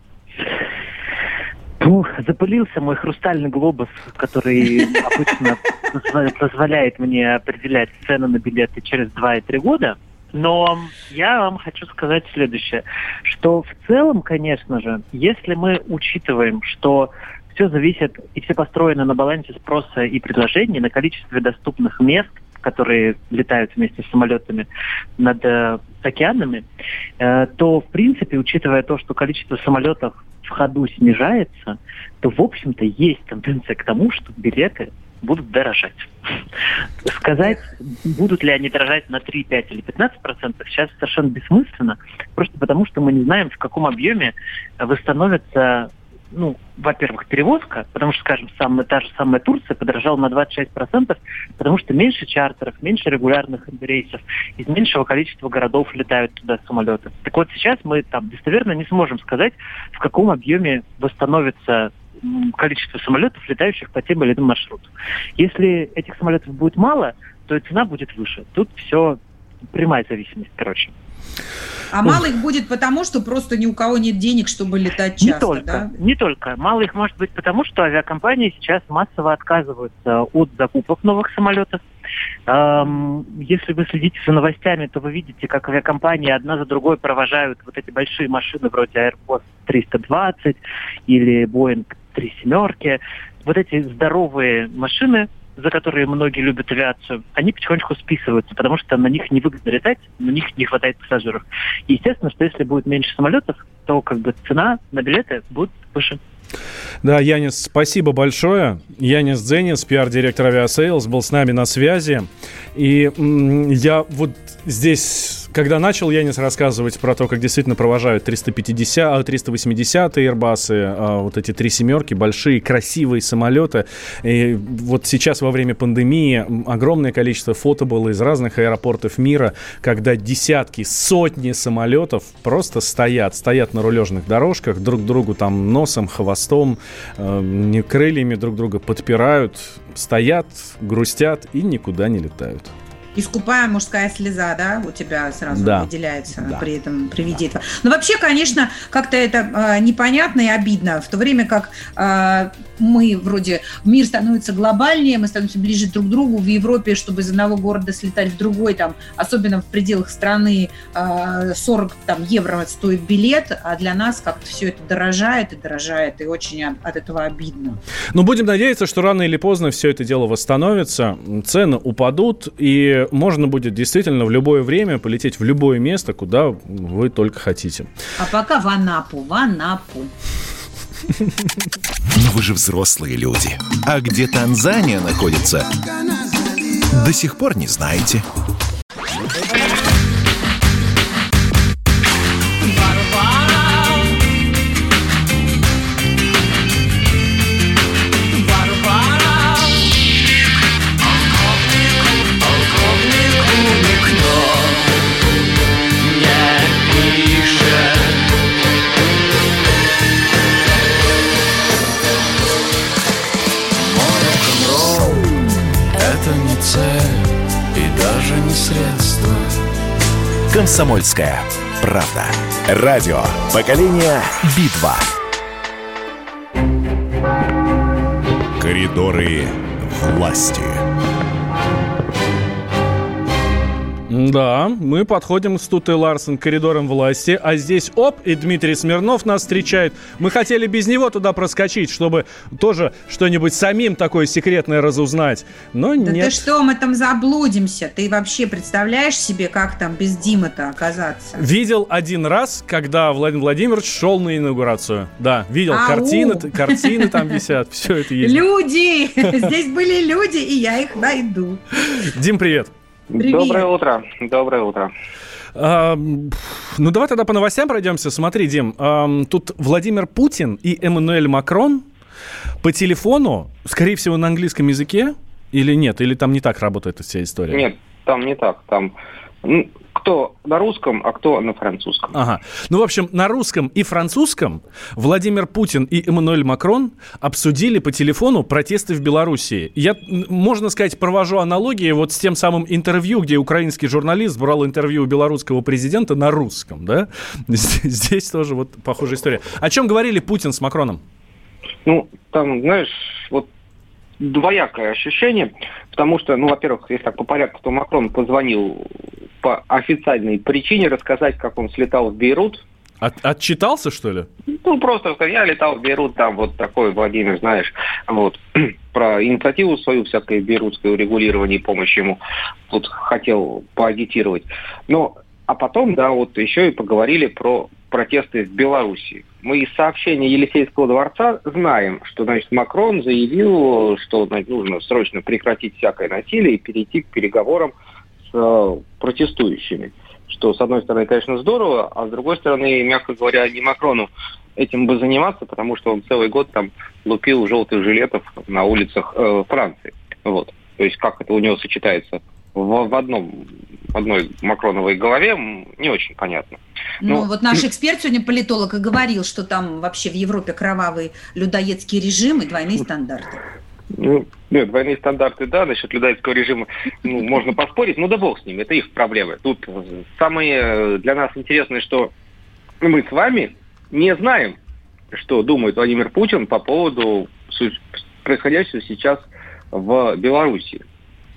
Запылился мой хрустальный глобус, который обычно позволяет мне определять цены на билеты через 2 и 3 года. Но я вам хочу сказать следующее, что в целом, конечно же, если мы учитываем, что все зависит и все построено на балансе спроса и предложения, на количестве доступных мест, которые летают вместе с самолетами над океанами, то, в принципе, учитывая то, что количество самолетов в ходу снижается, то, в общем-то, есть тенденция к тому, что билеты будут дорожать. Сказать, будут ли они дорожать на 3, 5 или 15%, сейчас совершенно бессмысленно, просто потому что мы не знаем, в каком объеме восстановится, во-первых, перевозка, потому что, скажем, та же самая Турция подорожала на 26%, потому что меньше чартеров, меньше регулярных рейсов, из меньшего количества городов летают туда самолеты. Так вот, сейчас мы достоверно не сможем сказать, в каком объеме восстановится количество самолетов, летающих по тем или иным маршрутам. Если этих самолетов будет мало, то и цена будет выше. Тут все прямая зависимость, короче. А мало их будет потому, что просто ни у кого нет денег, чтобы летать часто, Не только. Мало их может быть потому, что авиакомпании сейчас массово отказываются от закупок новых самолетов. Если вы следите за новостями, то вы видите, как авиакомпании одна за другой провожают вот эти большие машины вроде Airbus 320 или Boeing 37. Вот эти здоровые машины, за которые многие любят авиацию, они потихонечку списываются, потому что на них невыгодно летать, на них не хватает пассажиров. И естественно, что если будет меньше самолетов, то как бы цена на билеты будет выше. Да, Янис, спасибо большое. Янис Дзенис, пиар-директор Aviasales, был с нами на связи. И я вот здесь, когда начал Янис рассказывать про то, как действительно провожают 380-е Airbus'ы, вот эти 37-ки, большие, красивые самолеты. И вот сейчас во время пандемии огромное количество фото было из разных аэропортов мира, когда десятки, сотни самолетов просто стоят на рулежных дорожках, друг другу там носом, хвостом, крыльями друг друга подпирают, стоят, грустят и никуда не летают. И скупая мужская слеза, да, у тебя сразу выделяется при этом, при виде этого. Но вообще, конечно, как-то это непонятно и обидно. В то время как мы вроде, мир становится глобальнее, мы становимся ближе друг к другу. В Европе, чтобы из одного города слетать в другой, там, особенно в пределах страны, 40 евро стоит билет, а для нас как-то все это дорожает, и очень от этого обидно. Но будем надеяться, что рано или поздно все это дело восстановится, цены упадут, и можно будет действительно в любое время полететь в любое место, куда вы только хотите. А пока в Анапу. Но вы же взрослые люди. А где Танзания находится, до сих пор не знаете. «Комсомольская правда». Радио «Поколение Битва». Коридоры власти. Да, мы подходим с Тутой Ларсен к коридорам власти, а здесь и Дмитрий Смирнов нас встречает. Мы хотели без него туда проскочить, чтобы тоже что-нибудь самим такое секретное разузнать, но нет. Да ты что, мы там заблудимся? Ты вообще представляешь себе, как там без Димы-то оказаться? Видел один раз, когда Владимир Владимирович шел на инаугурацию. Да, видел, картины там висят, все это есть. Люди! Здесь были люди, и я их найду. Дим, привет. Привет. Доброе утро. Давай тогда по новостям пройдемся. Смотри, Дим, тут Владимир Путин и Эммануэль Макрон по телефону, скорее всего, на английском языке, или нет? Или там не так работает вся история? Нет, там не так. Там кто на русском, а кто на французском. Ага. В общем, на русском и французском Владимир Путин и Эммануэль Макрон обсудили по телефону протесты в Белоруссии. Я, можно сказать, провожу аналогии вот с тем самым интервью, где украинский журналист брал интервью у белорусского президента на русском, да? Здесь тоже вот похожая история. О чем говорили Путин с Макроном? Там, знаешь, вот двоякое ощущение, потому что, во-первых, если так по порядку, то Макрон позвонил по официальной причине рассказать, как он слетал в Бейрут. Отчитался, что ли? Просто сказал, я летал в Бейрут, там вот такой, Владимир, знаешь, вот, про инициативу свою, всякое бейрутское урегулирование и помощь ему, тут хотел поагитировать. А потом, еще и поговорили про протесты в Беларуси. Мы из сообщения Елисейского дворца знаем, что, Макрон заявил, что нужно срочно прекратить всякое насилие и перейти к переговорам с протестующими. Что, с одной стороны, конечно, здорово, а с другой стороны, мягко говоря, не Макрону этим бы заниматься, потому что он целый год там лупил желтых жилетов на улицах Франции. Вот. То есть, как это у него сочетается в одной Макроновой голове, не очень понятно. Вот наш эксперт сегодня, политолог, и говорил, что там вообще в Европе кровавый людоедский режим и двойные стандарты. Нет, двойные стандарты, да, насчет людоедского режима можно поспорить, да бог с ними, это их проблемы. Тут самое для нас интересное, что мы с вами не знаем, что думает Владимир Путин по поводу происходящего сейчас в Беларуси.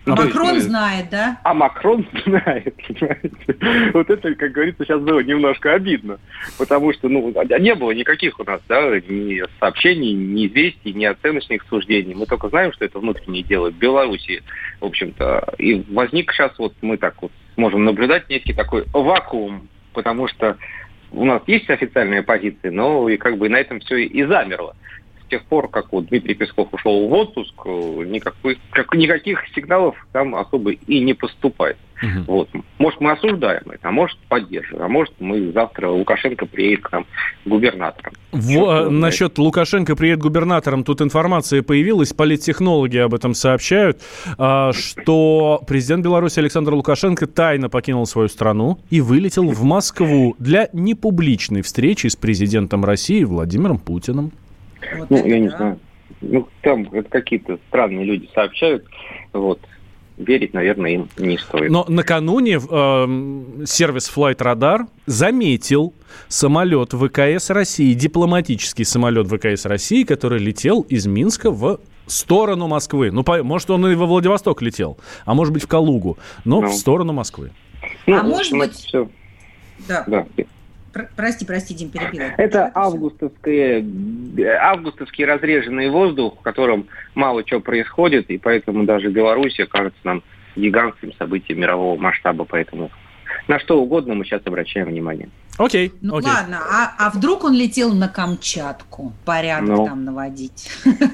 Макрон знает, да? А Макрон знает, понимаете? Вот это, как говорится, сейчас было немножко обидно. Потому что, не было никаких у нас, да, ни сообщений, ни известий, ни оценочных суждений. Мы только знаем, что это внутреннее дело в Беларуси, в общем-то. И возник сейчас, мы так можем наблюдать некий такой вакуум, потому что у нас есть официальная позиция, но и как бы на этом все и замерло. С тех пор, как Дмитрий Песков ушел в отпуск, никаких сигналов там особо и не поступает. Угу. Может, мы осуждаем это, а может, поддерживаем, а может, мы завтра Лукашенко приедет к нам губернатором. Насчет Лукашенко приедет губернатором, тут информация появилась, политтехнологи об этом сообщают, что президент Беларуси Александр Лукашенко тайно покинул свою страну и вылетел в Москву для непубличной встречи с президентом России Владимиром Путиным. Я не знаю. Там это какие-то странные люди сообщают. Верить, наверное, им не стоит. Но накануне сервис Flight Radar заметил самолет ВКС России, дипломатический самолет ВКС России, который летел из Минска в сторону Москвы. Может, он и во Владивосток летел, а может быть, в Калугу, но в сторону Москвы. Может быть... Все. Да. Прости, Дим, перебила. Это августовский разреженный воздух, в котором мало чего происходит, и поэтому даже Белоруссия кажется нам гигантским событием мирового масштаба, поэтому на что угодно мы сейчас обращаем внимание. Окей. Ладно, а вдруг он летел на Камчатку порядок там наводить?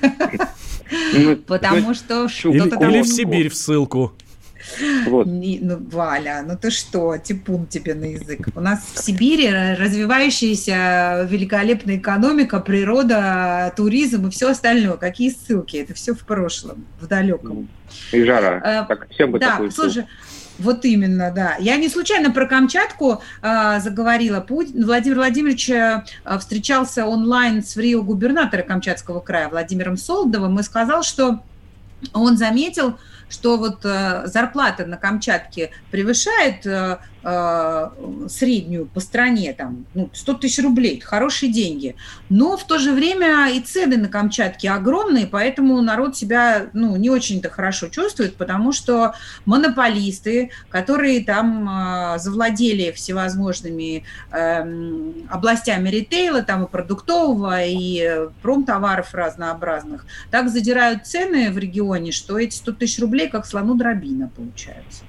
Потому что что-то там... Или в Сибирь в ссылку. Валя, ты что, типун тебе на язык. У нас в Сибири развивающаяся великолепная экономика, природа, туризм и все остальное. Какие ссылки? Это все в прошлом, в далеком. И жара. Всем бы такую слушай, вот именно, да. Я не случайно про Камчатку заговорила. Владимир Владимирович встречался онлайн с губернатора Камчатского края Владимиром Солодовым и сказал, что он заметил, что зарплата на Камчатке превышает среднюю по стране, 100 тысяч рублей, это хорошие деньги. Но в то же время и цены на Камчатке огромные, поэтому народ себя не очень-то хорошо чувствует, потому что монополисты, которые там завладели всевозможными областями ритейла, там и продуктового, и промтоваров разнообразных, так задирают цены в регионе, что эти 100 тысяч рублей как слону дробина получаются.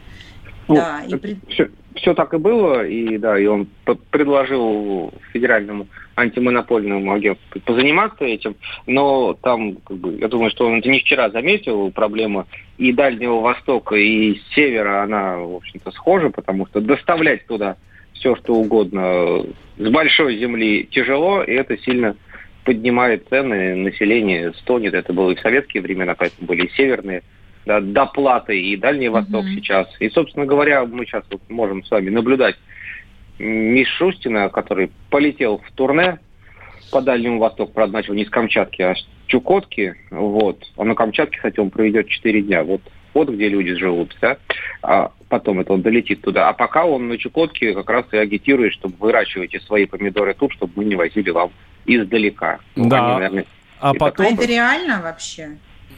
Все так и было, и он предложил федеральному антимонопольному агентству позаниматься этим, но там, я думаю, что он это не вчера заметил, проблема и Дальнего Востока, и Севера, она, в общем-то, схожа, потому что доставлять туда все, что угодно с большой земли тяжело, и это сильно поднимает цены, население стонет, это было и в советские времена, поэтому были и северные доплаты, и Дальний Восток сейчас. И, собственно говоря, мы сейчас можем с вами наблюдать Мишустина, который полетел в турне по Дальнему Востоку, правда, начал не с Камчатки, а с Чукотки. А на Камчатке, кстати, он проведет 4 дня. Вот где люди живут, да? А потом это он долетит туда. А пока он на Чукотке как раз и агитирует, чтобы выращивайте свои помидоры тут, чтобы мы не возили вам издалека. Да. Они, наверное, а это реально вообще?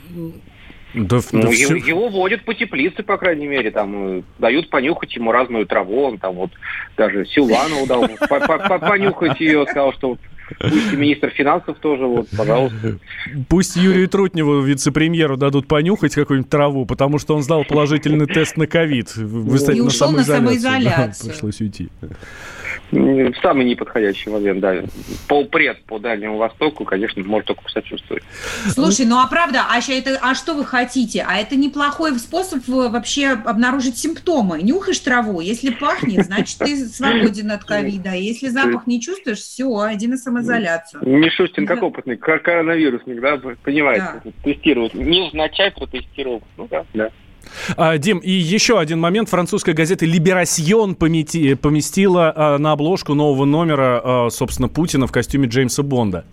Его водят по теплице, по крайней мере, там дают понюхать ему разную траву, он там даже Силуанову дал понюхать ее, сказал, что пусть и министр финансов тоже, пожалуйста. Пусть Юрию Трутневу, вице-премьеру, дадут понюхать какую-нибудь траву, потому что он сдал положительный тест на ковид. И ушел на самоизоляцию. Пришлось уйти. В самый неподходящий момент, да. Полпред по Дальнему Востоку, конечно, может только посочувствовать. Слушай, правда, а что вы хотите? А это неплохой способ вообще обнаружить симптомы. Нюхаешь траву, если пахнет, значит, ты свободен от ковида. Если запах не чувствуешь, все, иди на самоизоляцию. Мишустин как опытный коронавирусник, да, понимаете, тестировать. Невзначай протестировал. Да. Дим, и еще один момент. Французская газета «Либерасьон» поместила на обложку нового номера, собственно, Путина в костюме Джеймса Бонда.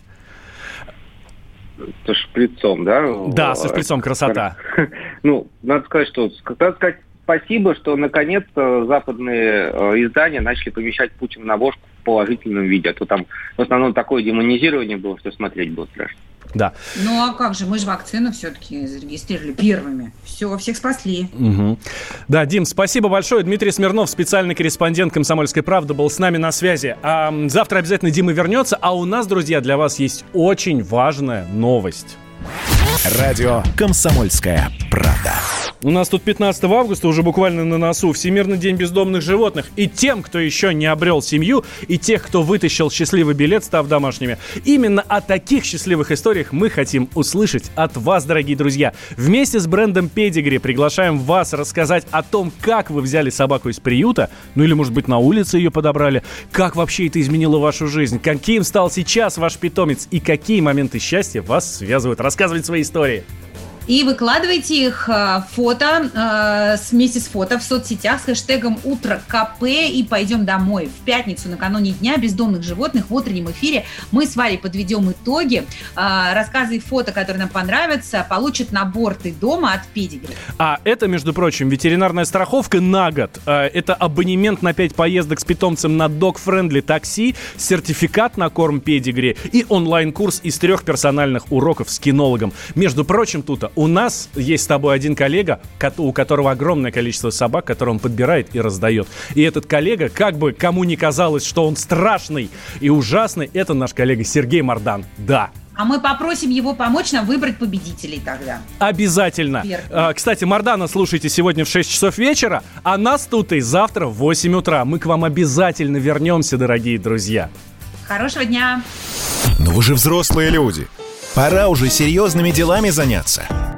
Со шприцом, да? Да, со шприцом, красота. Надо сказать спасибо, что наконец-то западные издания начали помещать Путина на обложку в положительном виде. А то там в основном такое демонизирование было, что смотреть было страшно. Да. Ну а как же, мы же вакцину все-таки зарегистрировали первыми. Все, всех спасли. Угу. Да, Дим, спасибо большое. Дмитрий Смирнов, специальный корреспондент «Комсомольской правды», был с нами на связи. Завтра обязательно Дима вернется, а у нас, друзья, для вас есть очень важная новость. Радио «Комсомольская правда». У нас тут 15 августа, уже буквально на носу, Всемирный день бездомных животных. И тем, кто еще не обрел семью, и тех, кто вытащил счастливый билет, став домашними. Именно о таких счастливых историях мы хотим услышать от вас, дорогие друзья. Вместе с брендом Pedigree приглашаем вас рассказать о том, как вы взяли собаку из приюта, ну или, может быть, на улице ее подобрали, как вообще это изменило вашу жизнь, каким стал сейчас ваш питомец и какие моменты счастья вас связывают. Рассказывайте свои истории. И выкладывайте их фото вместе с фото в соцсетях с хэштегом «Утро КП» и пойдем домой. В пятницу, накануне Дня бездомных животных, в утреннем эфире мы с Варей подведем итоги. Рассказы и фото, которые нам понравятся, получат набор «Ты дома» от Pedigree. А это, между прочим, ветеринарная страховка на год. Это абонемент на 5 поездок с питомцем на Dog-Friendly такси, сертификат на корм Pedigree и онлайн-курс из 3 персональных уроков с кинологом. Между прочим, Тута, у нас есть с тобой один коллега, у которого огромное количество собак, которые он подбирает и раздает. И этот коллега, как бы кому ни казалось, что он страшный и ужасный, это наш коллега Сергей Мардан. Да. А мы попросим его помочь нам выбрать победителей тогда. Обязательно. Кстати, Мардана слушайте сегодня в 6 часов вечера, а нас тут и завтра в 8 утра. Мы к вам обязательно вернемся, дорогие друзья. Хорошего дня. Но вы же взрослые люди. Пора уже серьезными делами заняться.